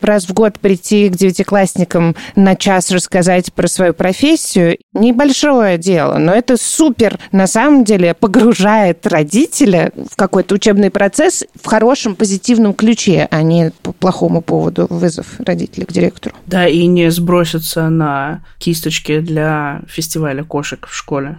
раз в год прийти к девятиклассникам на час рассказать про свою профессию – небольшое дело, но это супер, на самом деле, погружает родителя в какой-то учебный процесс в хорошем, позитивном ключе, а не по плохому поводу вызов родителей к директору. Да, и не сброситься на кисточки для фестиваля кошек в школе.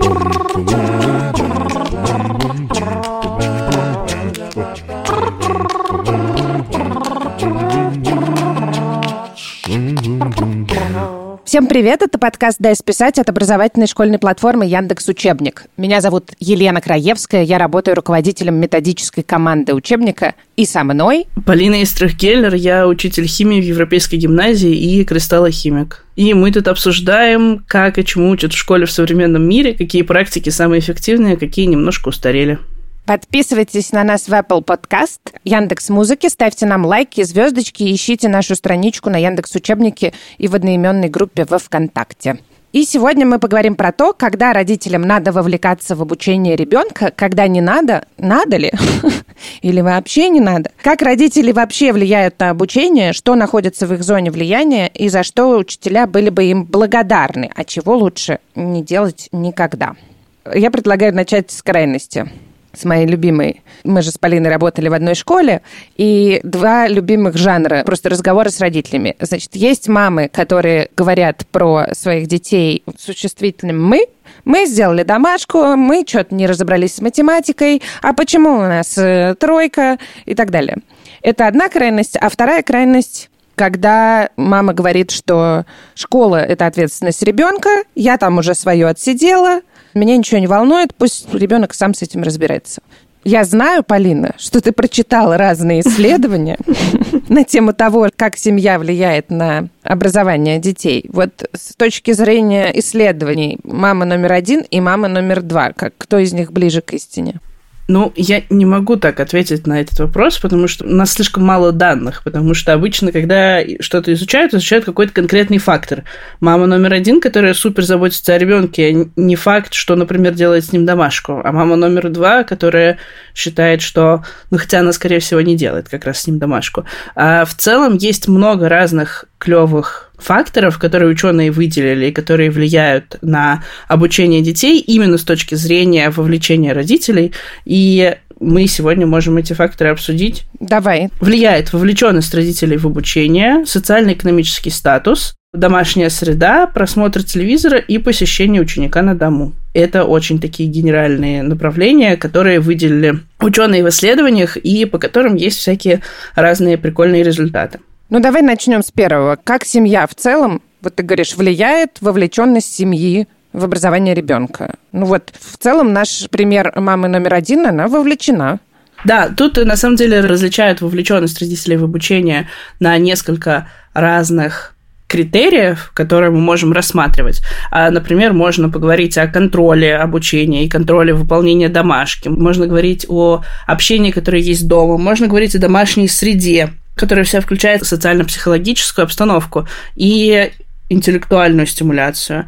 Всем привет, это подкаст «Дай списать» от образовательной школьной платформы Яндекс.Учебник. Меня зовут Елена Краевская, я работаю руководителем методической команды учебника, и со мной... Полина Истрых-Геллер, я учитель химии в Европейской гимназии и кристаллохимик. И мы тут обсуждаем, как и чему учат в школе в современном мире, какие практики самые эффективные, какие немножко устарели. Подписывайтесь на нас в Apple Podcast, Яндекс.Музыке, ставьте нам лайки, звездочки и ищите нашу страничку на Яндекс.Учебнике и в одноименной группе во ВКонтакте. И сегодня мы поговорим про то, когда родителям надо вовлекаться в обучение ребенка, когда не надо, надо ли, или вообще не надо. Как родители вообще влияют на обучение, что находится в их зоне влияния и за что учителя были бы им благодарны, а чего лучше не делать никогда. Я предлагаю начать с крайности. С моей любимой. Мы же с Полиной работали в одной школе, и два любимых жанра, просто разговоры с родителями. Значит, есть мамы, которые говорят про своих детей существительным «мы сделали домашку, мы что-то не разобрались с математикой, а почему у нас тройка?» и так далее. Это одна крайность, а вторая крайность... Когда мама говорит, что школа – это ответственность ребенка, я там уже свое отсидела, меня ничего не волнует, пусть ребенок сам с этим разбирается. Я знаю, Полина, что ты прочитала разные исследования на тему того, как семья влияет на образование детей. Вот с точки зрения исследований, мама номер 1 и мама номер 2, кто из них ближе к истине? Ну, я не могу так ответить на этот вопрос, потому что у нас слишком мало данных, потому что обычно, когда что-то изучают какой-то конкретный фактор. Мама номер 1, которая супер заботится о ребенке, не факт, что, например, делает с ним домашку, а мама номер 2, которая считает, что, хотя она, скорее всего, не делает как раз с ним домашку. А в целом есть много разных клевых факторов, которые ученые выделили и которые влияют на обучение детей именно с точки зрения вовлечения родителей. И мы сегодня можем эти факторы обсудить. Давай. Влияет вовлеченность родителей в обучение, социально-экономический статус, домашняя среда, просмотр телевизора и посещение ученика на дому. Это очень такие генеральные направления, которые выделили ученые в исследованиях и по которым есть всякие разные прикольные результаты. Ну, давай начнем с первого. Как семья в целом, вот ты говоришь, влияет вовлеченность семьи в образование ребенка? Ну вот, в целом наш пример мамы номер 1, она вовлечена. Да, тут на самом деле различают вовлеченность родителей в обучение на несколько разных критериев, которые мы можем рассматривать. Например, можно поговорить о контроле обучения и контроле выполнения домашки. Можно говорить о общении, которое есть дома. Можно говорить о домашней среде, которая вся включает социально-психологическую обстановку и интеллектуальную стимуляцию.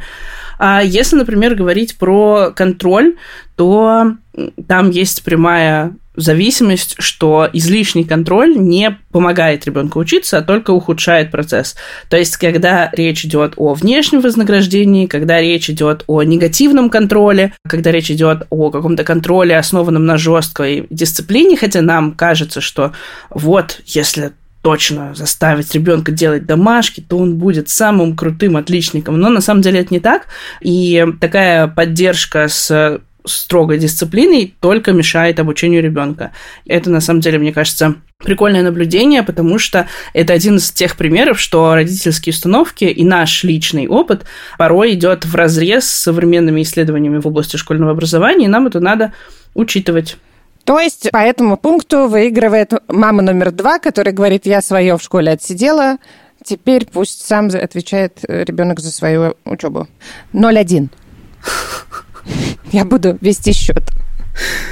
А если, например, говорить про контроль, то там есть прямая зависимость, что излишний контроль не помогает ребенку учиться, а только ухудшает процесс. То есть, когда речь идет о внешнем вознаграждении, когда речь идет о негативном контроле, когда речь идет о каком-то контроле, основанном на жесткой дисциплине, хотя нам кажется, что вот, если точно заставить ребенка делать домашки, то он будет самым крутым отличником. Но на самом деле это не так. И такая поддержка с строгой дисциплиной только мешает обучению ребенка. Это, на самом деле, мне кажется, прикольное наблюдение, потому что это один из тех примеров, что родительские установки и наш личный опыт порой идет вразрез с современными исследованиями в области школьного образования, и нам это надо учитывать. То есть по этому пункту выигрывает мама номер 2, которая говорит, я свое в школе отсидела, теперь пусть сам отвечает ребенок за свою учебу. 0-1. Я буду вести счет.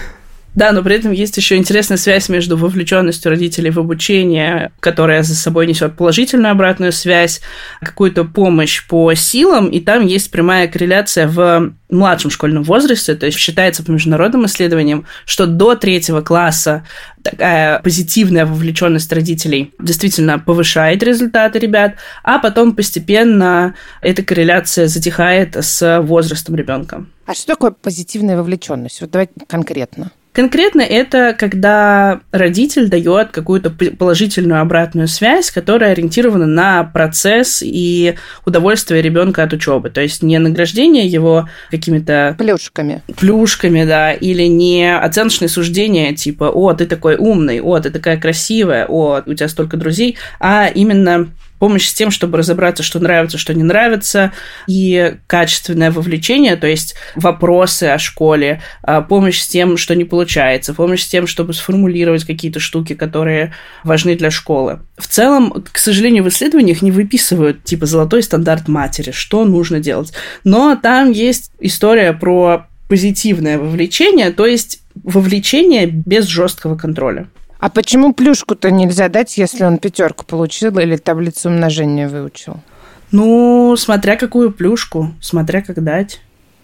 Да, но при этом есть еще интересная связь между вовлеченностью родителей в обучение, которая за собой несет положительную обратную связь, какую-то помощь по силам, и там есть прямая корреляция в младшем школьном возрасте, то есть считается по международным исследованиям, что до 3 класса такая позитивная вовлеченность родителей действительно повышает результаты ребят, а потом постепенно эта корреляция затихает с возрастом ребенка. А что такое позитивная вовлеченность? Вот давай конкретно. Конкретно это когда родитель дает какую-то положительную обратную связь, которая ориентирована на процесс и удовольствие ребенка от учебы. То есть не награждение его какими-то плюшками, да, или не оценочные суждения типа «О, ты такой умный», «О, ты такая красивая», «О, у тебя столько друзей», а именно помощь с тем, чтобы разобраться, что нравится, что не нравится, и качественное вовлечение, то есть вопросы о школе, помощь с тем, что не получается, помощь с тем, чтобы сформулировать какие-то штуки, которые важны для школы. В целом, к сожалению, в исследованиях не выписывают типа золотой стандарт матери, что нужно делать. Но там есть история про позитивное вовлечение, то есть вовлечение без жесткого контроля. А почему плюшку-то нельзя дать, если он 5 получил или таблицу умножения выучил? Ну, смотря какую плюшку, смотря как дать.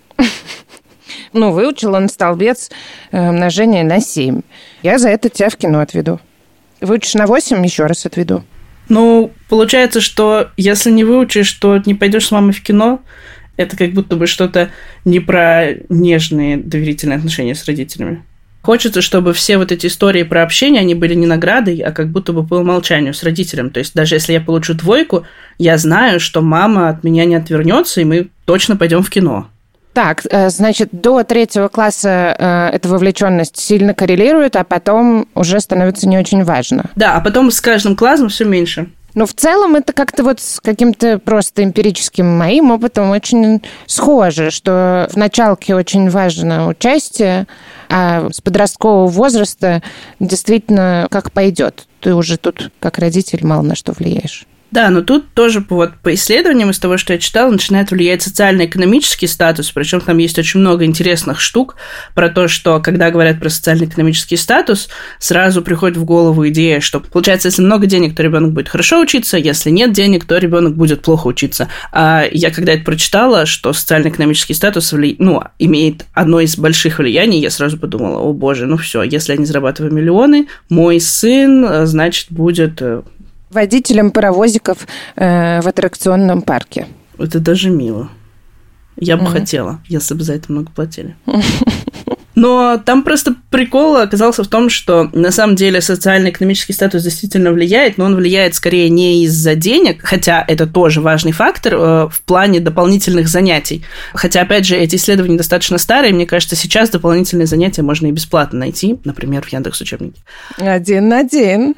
Ну, выучил он столбец умножения на 7. Я за это тебя в кино отведу. Выучишь на 8, еще раз отведу. Ну, получается, что если не выучишь, то не пойдешь с мамой в кино. Это как будто бы что-то не про нежные доверительные отношения с родителями. Хочется, чтобы все вот эти истории про общение, они были не наградой, а как будто бы по умолчанию с родителем. То есть даже если я получу 2, я знаю, что мама от меня не отвернется, и мы точно пойдем в кино. Так, значит, до 3 класса эта вовлеченность сильно коррелирует, а потом уже становится не очень важно. Да, а потом с каждым классом все меньше. Но в целом это как-то вот с каким-то просто эмпирическим моим опытом очень схоже, что в началке очень важно участие, а с подросткового возраста действительно как пойдет. Ты уже тут как родитель мало на что влияешь. Да, но тут тоже вот по исследованиям из того, что я читала, начинает влиять социально-экономический статус, причем там есть очень много интересных штук про то, что когда говорят про социально-экономический статус, сразу приходит в голову идея, что получается, если много денег, то ребенок будет хорошо учиться, если нет денег, то ребенок будет плохо учиться. А я когда это прочитала, что социально-экономический статус имеет одно из больших влияний, я сразу подумала: о боже, ну все, если я не зарабатываю миллионы, мой сын, значит, будет водителем паровозиков в аттракционном парке. Это даже мило. Я бы хотела, если бы за это много платили. Но там просто прикол оказался в том, что на самом деле социально-экономический статус действительно влияет, но он влияет скорее не из-за денег, хотя это тоже важный фактор в плане дополнительных занятий. Хотя, опять же, эти исследования достаточно старые, мне кажется, сейчас дополнительные занятия можно и бесплатно найти, например, в Яндекс.Учебнике. 1-1.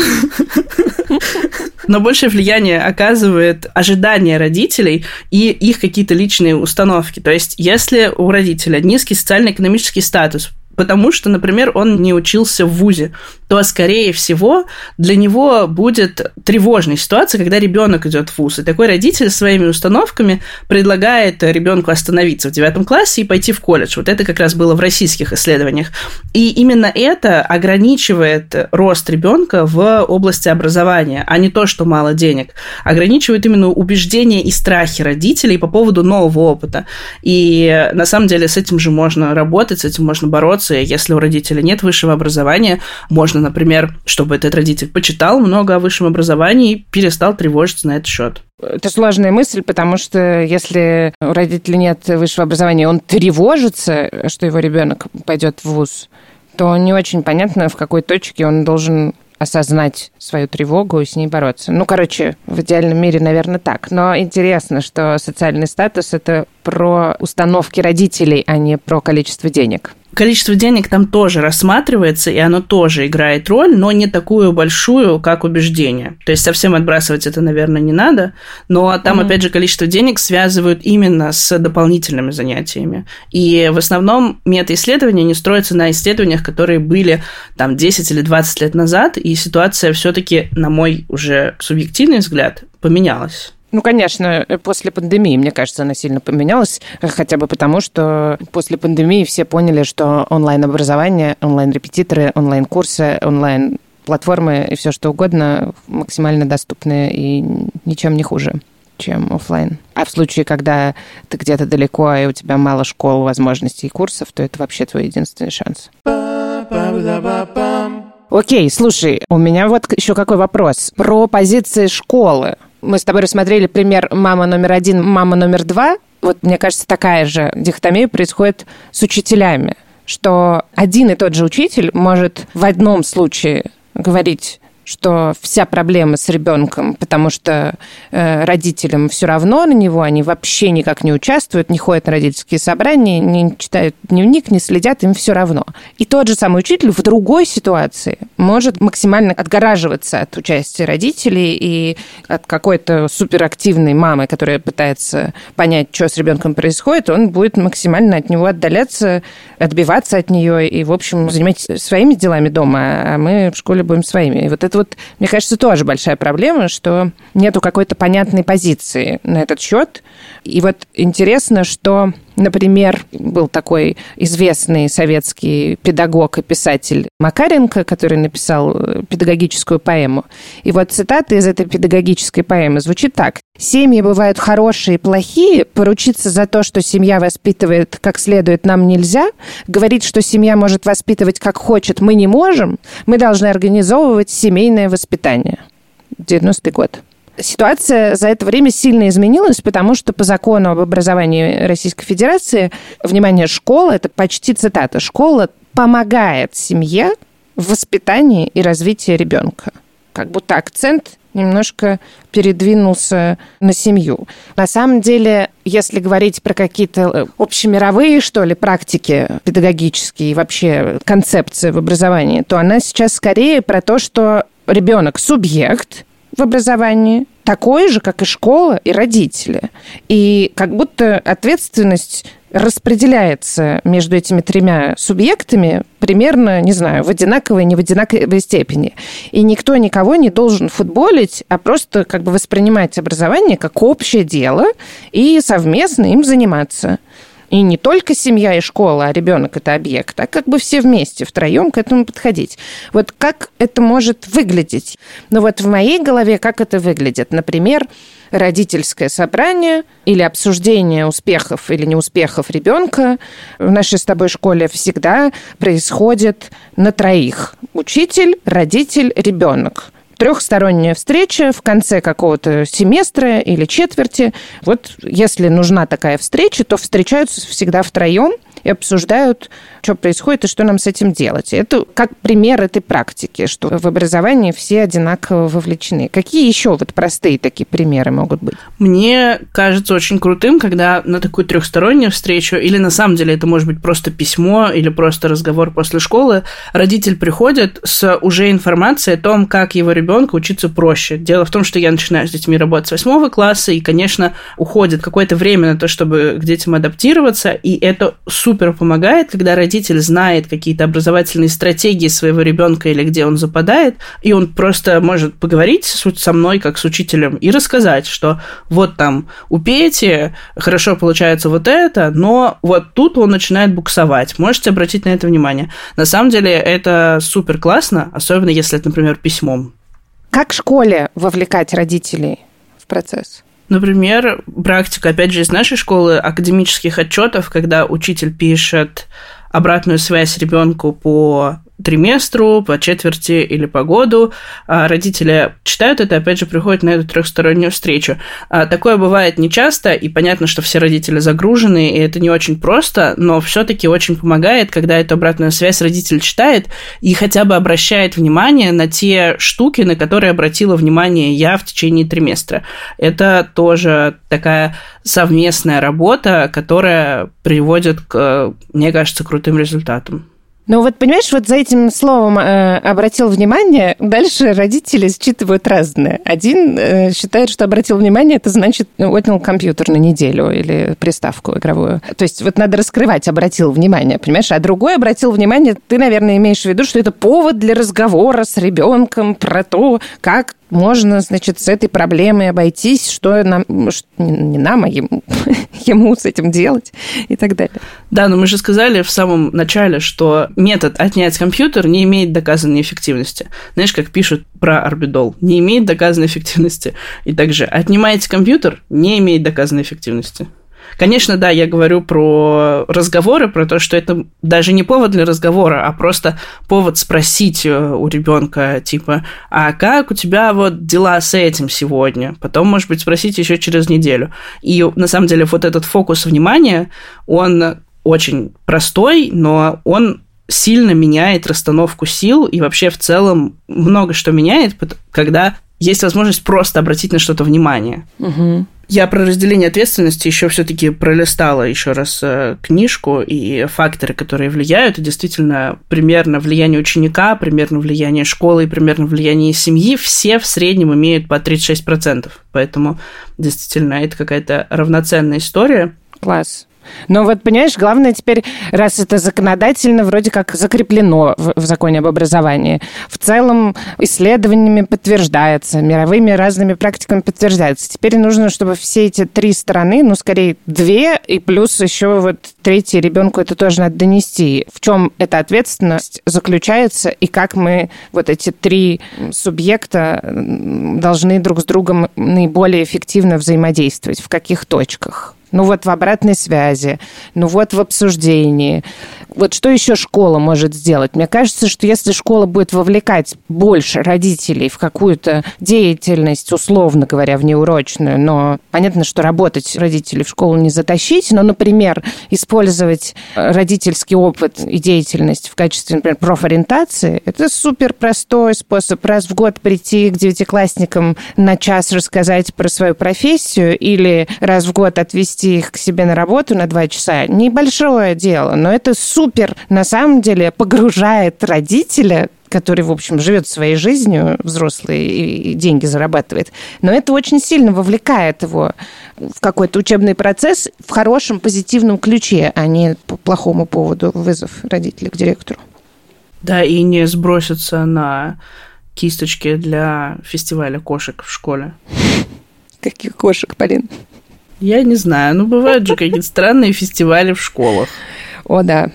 Но большее влияние оказывает ожидание родителей и их какие-то личные установки. То есть, если у родителя низкий социально-экономический статус, потому что, например, он не учился в вузе, то, скорее всего, для него будет тревожная ситуация, когда ребенок идет в вуз. И такой родитель своими установками предлагает ребенку остановиться в 9 классе и пойти в колледж. Вот это как раз было в российских исследованиях. И именно это ограничивает рост ребенка в области образования, а не то, что мало денег. Ограничивает именно убеждения и страхи родителей по поводу нового опыта. И на самом деле с этим же можно работать, с этим можно бороться. Если у родителя нет высшего образования, можно, например, чтобы этот родитель почитал много о высшем образовании и перестал тревожиться на этот счет. Это сложная мысль, потому что если у родителя нет высшего образования, он тревожится, что его ребенок пойдет в вуз, то не очень понятно, в какой точке он должен осознать свою тревогу и с ней бороться. В идеальном мире, наверное, так. Но интересно, что социальный статус – это про установки родителей, а не про количество денег. Количество денег там тоже рассматривается, и оно тоже играет роль, но не такую большую, как убеждение. То есть совсем отбрасывать это, наверное, не надо, но там, опять же, количество денег связывают именно с дополнительными занятиями. И в основном мета-исследования не строятся на исследованиях, которые были там 10 или 20 лет назад, и ситуация все-таки, на мой уже субъективный взгляд, поменялась. Ну, конечно, после пандемии, мне кажется, она сильно поменялась, хотя бы потому, что после пандемии все поняли, что онлайн-образование, онлайн-репетиторы, онлайн-курсы, онлайн-платформы и все что угодно максимально доступны и ничем не хуже, чем офлайн. А в случае, когда ты где-то далеко, и у тебя мало школ, возможностей и курсов, то это вообще твой единственный шанс. Окей, слушай, у меня вот еще какой вопрос. Про позиции школы. Мы с тобой рассмотрели пример мама номер 1, мама номер 2. Вот, мне кажется, такая же дихотомия происходит с учителями, что один и тот же учитель может в одном случае говорить, что вся проблема с ребенком, потому что родителям все равно на него, они вообще никак не участвуют, не ходят на родительские собрания, не читают дневник, не следят, им все равно. И тот же самый учитель в другой ситуации может максимально отгораживаться от участия родителей и от какой-то суперактивной мамы, которая пытается понять, что с ребенком происходит, он будет максимально от него отдаляться, отбиваться от нее и, в общем, заниматься своими делами дома, а мы в школе будем своими. И вот это вот, мне кажется, тоже большая проблема, что нету какой-то понятной позиции на этот счет. И вот интересно, что, например, был такой известный советский педагог и писатель Макаренко, который написал педагогическую поэму. И вот цитата из этой педагогической поэмы звучит так. «Семьи бывают хорошие и плохие. Поручиться за то, что семья воспитывает как следует, нам нельзя. Говорить, что семья может воспитывать как хочет, мы не можем. Мы должны организовывать семейное воспитание». 90-й год. Ситуация за это время сильно изменилась, потому что по закону об образовании Российской Федерации, внимание, школа, это почти цитата, школа помогает семье в воспитании и развитии ребенка. Как будто акцент немножко передвинулся на семью. На самом деле, если говорить про какие-то общемировые, что ли, практики педагогические и вообще концепции в образовании, то она сейчас скорее про то, что ребенок субъект в образовании, такой же, как и школа, и родители. И как будто ответственность распределяется между этими тремя субъектами примерно, не знаю, в одинаковой, не в одинаковой степени. И никто никого не должен футболить, а просто как бы воспринимать образование как общее дело и совместно им заниматься. И не только семья и школа, а ребенок – это объект, а как бы все вместе, втроем к этому подходить. Вот как это может выглядеть? Ну вот в моей голове как это выглядит? Например, родительское собрание или обсуждение успехов или неуспехов ребенка в нашей с тобой школе всегда происходит на троих. Учитель, родитель, ребенок. Трехсторонняя встреча в конце какого-то семестра или четверти. Вот если нужна такая встреча, то встречаются всегда втроем и обсуждают, что происходит и что нам с этим делать. Это как пример этой практики, что в образовании все одинаково вовлечены. Какие еще вот простые такие примеры могут быть? Мне кажется очень крутым, когда на такую трехстороннюю встречу, или на самом деле это может быть просто письмо или просто разговор после школы, родитель приходит с уже информацией о том, как его ребенку учиться проще. Дело в том, что я начинаю с детьми работать с 8 класса, и, конечно, уходит какое-то время на то, чтобы к детям адаптироваться, и это супер помогает, когда родитель знает какие-то образовательные стратегии своего ребенка или где он западает, и он просто может поговорить со мной как с учителем и рассказать, что вот там у Пети хорошо получается вот это, но вот тут он начинает буксовать. Можете обратить на это внимание. На самом деле это супер классно, особенно если это, например, письмом. Как в школе вовлекать родителей в процесс? Например, практика, опять же, из нашей школы академических отчетов, когда учитель пишет обратную связь ребенку по триместру, по четверти или по году. Родители читают это, опять же, приходят на эту трехстороннюю встречу. Такое бывает нечасто, и понятно, что все родители загружены, и это не очень просто, но все-таки очень помогает, когда эту обратную связь родитель читает и хотя бы обращает внимание на те штуки, на которые обратила внимание я в течение триместра. Это тоже такая совместная работа, которая приводит к, мне кажется, крутым результатам. Ну вот, понимаешь, вот за этим словом «обратил внимание», дальше родители считывают разное. Один считает, что «обратил внимание» — это значит отнял компьютер на неделю или приставку игровую. То есть вот надо раскрывать «обратил внимание», понимаешь? А другой «обратил внимание», ты, наверное, имеешь в виду, что это повод для разговора с ребенком про то, как можно, значит, с этой проблемой обойтись, что нам, не нам, а ему с этим делать и так далее. Да, но мы же сказали в самом начале, что метод «отнять компьютер» не имеет доказанной эффективности. Знаешь, как пишут про орбидол, не имеет доказанной эффективности. И также «отнимаете компьютер» не имеет доказанной эффективности. Конечно, да, я говорю про разговоры, про то, что это даже не повод для разговора, а просто повод спросить у ребенка, типа, а как у тебя вот дела с этим сегодня? Потом, может быть, спросить еще через неделю. И на самом деле вот этот фокус внимания, он очень простой, но он сильно меняет расстановку сил и вообще в целом много что меняет, когда есть возможность просто обратить на что-то внимание. Угу. Я про разделение ответственности еще все-таки пролистала еще раз книжку и факторы, которые влияют. И действительно, примерно влияние ученика, примерно влияние школы и примерно влияние семьи все в среднем имеют по 36%. Поэтому действительно это какая-то равноценная история. Класс. Но вот, понимаешь, главное теперь, раз это законодательно вроде как закреплено в законе об образовании, в целом исследованиями подтверждается, мировыми разными практиками подтверждается. Теперь нужно, чтобы все эти 3 стороны, ну, скорее 2, и плюс еще вот 3 ребенку это тоже надо донести. В чем эта ответственность заключается, и как мы вот эти 3 субъекта должны друг с другом наиболее эффективно взаимодействовать, в каких точках. Ну вот в обратной связи, ну вот в обсуждении. Вот что еще школа может сделать? Мне кажется, что если школа будет вовлекать больше родителей в какую-то деятельность, условно говоря, внеурочную, но понятно, что работать родителей в школу не затащить, но, например, использовать родительский опыт и деятельность в качестве, например, профориентации, это супер простой способ раз в год прийти к 9-классникам на час рассказать про свою профессию или раз в год отвезти их к себе на работу на 2 часа. Небольшое дело, но это супер, на самом деле, погружает родителя, который, в общем, живет своей жизнью, взрослый, и деньги зарабатывает. Но это очень сильно вовлекает его в какой-то учебный процесс в хорошем, позитивном ключе, а не по плохому поводу вызов родителей к директору. Да, и не сброситься на кисточки для фестиваля кошек в школе. Каких кошек, Полин? Я не знаю, ну бывают же какие-то странные фестивали в школах. О, да.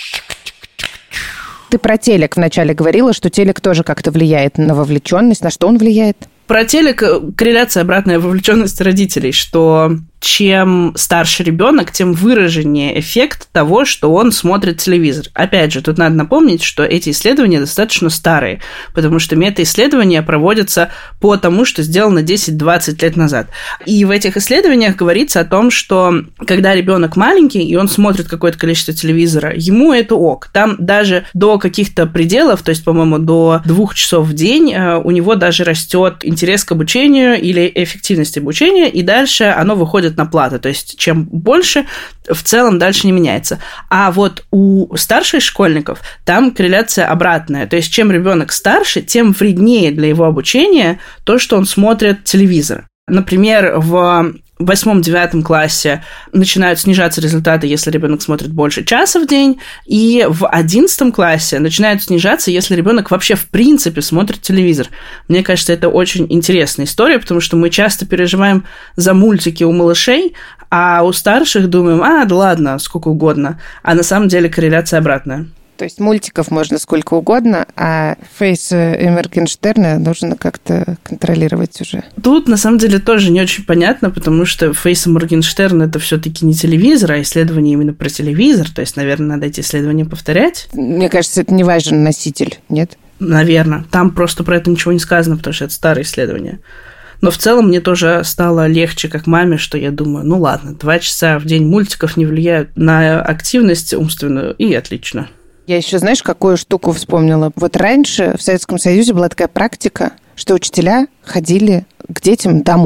Ты про телек вначале говорила, что телек тоже как-то влияет на вовлеченность. На что он влияет? Про телек корреляция обратная вовлеченности родителей, что чем старше ребенок, тем выраженнее эффект того, что он смотрит телевизор. Опять же, тут надо напомнить, что эти исследования достаточно старые, потому что мета-исследования проводятся по тому, что сделано 10-20 лет назад. И в этих исследованиях говорится о том, что когда ребенок маленький, и он смотрит какое-то количество телевизора, ему это ок. Там даже до каких-то пределов, то есть, по-моему, до 2 часов в день у него даже растет интерес к обучению или эффективность обучения, и дальше оно выходит на плату. То есть, чем больше, в целом дальше не меняется. А вот у старших школьников там корреляция обратная. То есть, чем ребенок старше, тем вреднее для его обучения то, что он смотрит телевизор. Например, в 8-9 классе начинают снижаться результаты, если ребенок смотрит больше часа в день, и в 11 классе начинают снижаться, если ребенок вообще в принципе смотрит телевизор. Мне кажется, это очень интересная история, потому что мы часто переживаем за мультики у малышей, а у старших думаем, да ладно, сколько угодно, а на самом деле корреляция обратная. То есть мультиков можно сколько угодно, а фейса и Моргенштерна нужно как-то контролировать уже. Тут, на самом деле, тоже не очень понятно, потому что фейс и Моргенштерн – это все-таки не телевизор, а исследование именно про телевизор. То есть, наверное, надо эти исследования повторять. Мне кажется, это не важен носитель, нет? Наверное. Там просто про это ничего не сказано, потому что это старые исследования. Но в целом мне тоже стало легче, как маме, что я думаю, ну ладно, 2 часа в день мультиков не влияют на активность умственную, и отлично. Я еще, знаешь, какую штуку вспомнила? Вот раньше в Советском Союзе была такая практика, что учителя ходили к детям домой.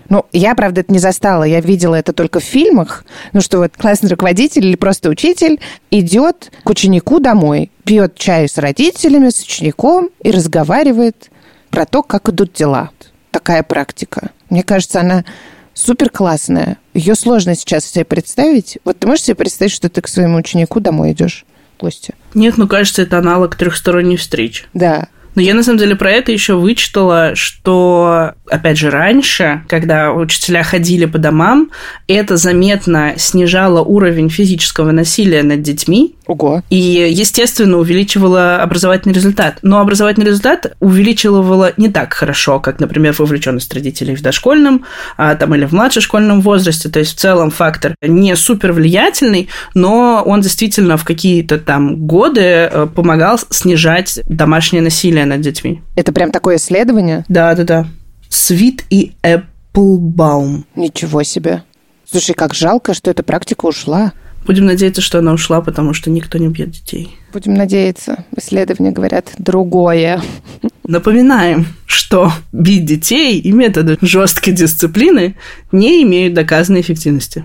Ну, я, правда, это не застала. Я видела это только в фильмах. Ну, что вот классный руководитель или просто учитель идет к ученику домой, пьет чай с родителями, с учеником и разговаривает про то, как идут дела. Такая практика. Мне кажется, она супер классная. Ее сложно сейчас себе представить. Вот ты можешь себе представить, что ты к своему ученику домой идешь в гости? Нет, кажется, это аналог трехсторонней встречи. Да. Но я, на самом деле, про это еще вычитала, что, опять же, раньше, когда учителя ходили по домам, это заметно снижало уровень физического насилия над детьми. Ого. И, естественно, увеличивало образовательный результат. Но образовательный результат увеличивало не так хорошо, как, например, вовлеченность родителей в дошкольном или в младшешкольном возрасте. То есть, в целом, фактор не супер влиятельный, но он действительно в какие-то там годы помогал снижать домашнее насилие над детьми. Это прям такое исследование? Да. Свит и Эпплбаум. Ничего себе. Слушай, как жалко, что эта практика ушла. Будем надеяться, что она ушла, потому что никто не бьет детей. Будем надеяться. Исследования говорят другое. Напоминаем, что бить детей и методы жесткой дисциплины не имеют доказанной эффективности.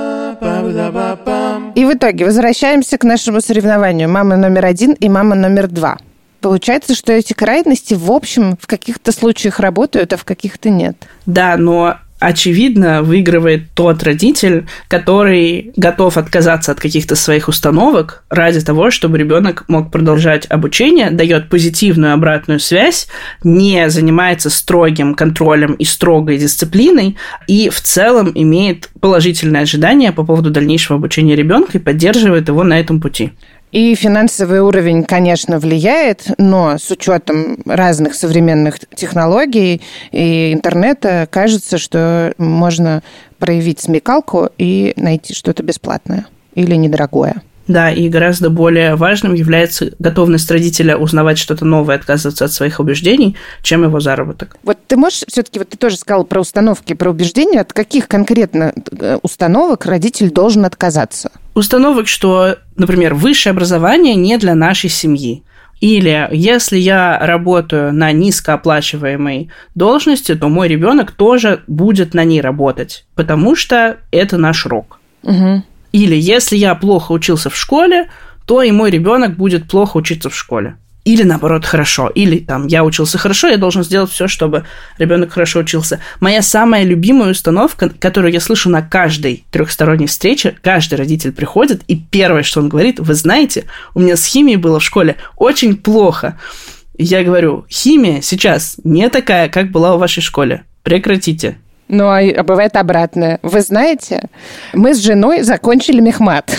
И в итоге возвращаемся к нашему соревнованию. Мама номер 1 и мама номер 2. Получается, что эти крайности, в общем, в каких-то случаях работают, а в каких-то нет. Да, но очевидно выигрывает тот родитель, который готов отказаться от каких-то своих установок ради того, чтобы ребенок мог продолжать обучение, дает позитивную обратную связь, не занимается строгим контролем и строгой дисциплиной и в целом имеет положительное ожидание по поводу дальнейшего обучения ребенка и поддерживает его на этом пути. И финансовый уровень, конечно, влияет, но с учетом разных современных технологий и интернета кажется, что можно проявить смекалку и найти что-то бесплатное или недорогое. Да, и гораздо более важным является готовность родителя узнавать что-то новое, отказываться от своих убеждений, чем его заработок. Вот ты можешь все-таки, ты тоже сказал про установки, про убеждения, от каких конкретно установок родитель должен отказаться? Установок, что, например, высшее образование не для нашей семьи. Или если я работаю на низкооплачиваемой должности, то мой ребенок тоже будет на ней работать, потому что это наш рок. Угу. Или если я плохо учился в школе, то и мой ребенок будет плохо учиться в школе. Или наоборот, хорошо. Или я учился хорошо, я должен сделать все, чтобы ребенок хорошо учился. Моя самая любимая установка, которую я слышу на каждой трехсторонней встрече, каждый родитель приходит, и первое, что он говорит: вы знаете, у меня с химией было в школе очень плохо. И я говорю: химия сейчас не такая, как была в вашей школе. Прекратите. Ну, а бывает обратное. Вы знаете, мы с женой закончили мехмат.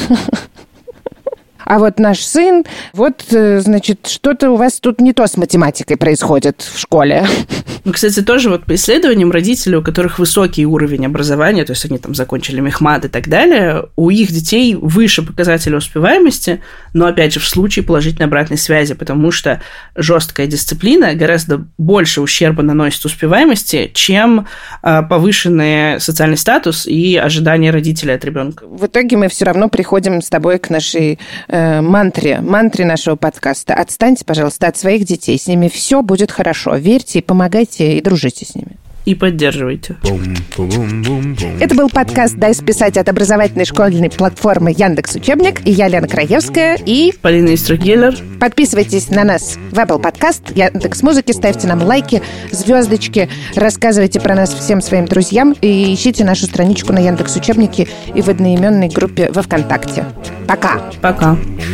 А вот наш сын, значит, что-то у вас тут не то с математикой происходит в школе. Ну, кстати, тоже по исследованиям родителей, у которых высокий уровень образования, то есть они закончили мехмат и так далее, у их детей выше показатели успеваемости, но, опять же, в случае положительной обратной связи, потому что жесткая дисциплина гораздо больше ущерба наносит успеваемости, чем повышенный социальный статус и ожидания родителей от ребенка. В итоге мы все равно приходим с тобой к нашей мантре нашего подкаста. Отстаньте, пожалуйста, от своих детей. С ними все будет хорошо. Верьте и помогайте, и дружите с ними. И поддерживайте. Это был подкаст «Дай списать» от образовательной школьной платформы Яндекс.Учебник. И я, Лена Краевская, и Полина Истрагеллер. Подписывайтесь на нас в Apple Podcast, Яндекс.Музыки, ставьте нам лайки, звездочки, рассказывайте про нас всем своим друзьям и ищите нашу страничку на Яндекс.Учебнике и в одноименной группе во ВКонтакте. Пока! Пока!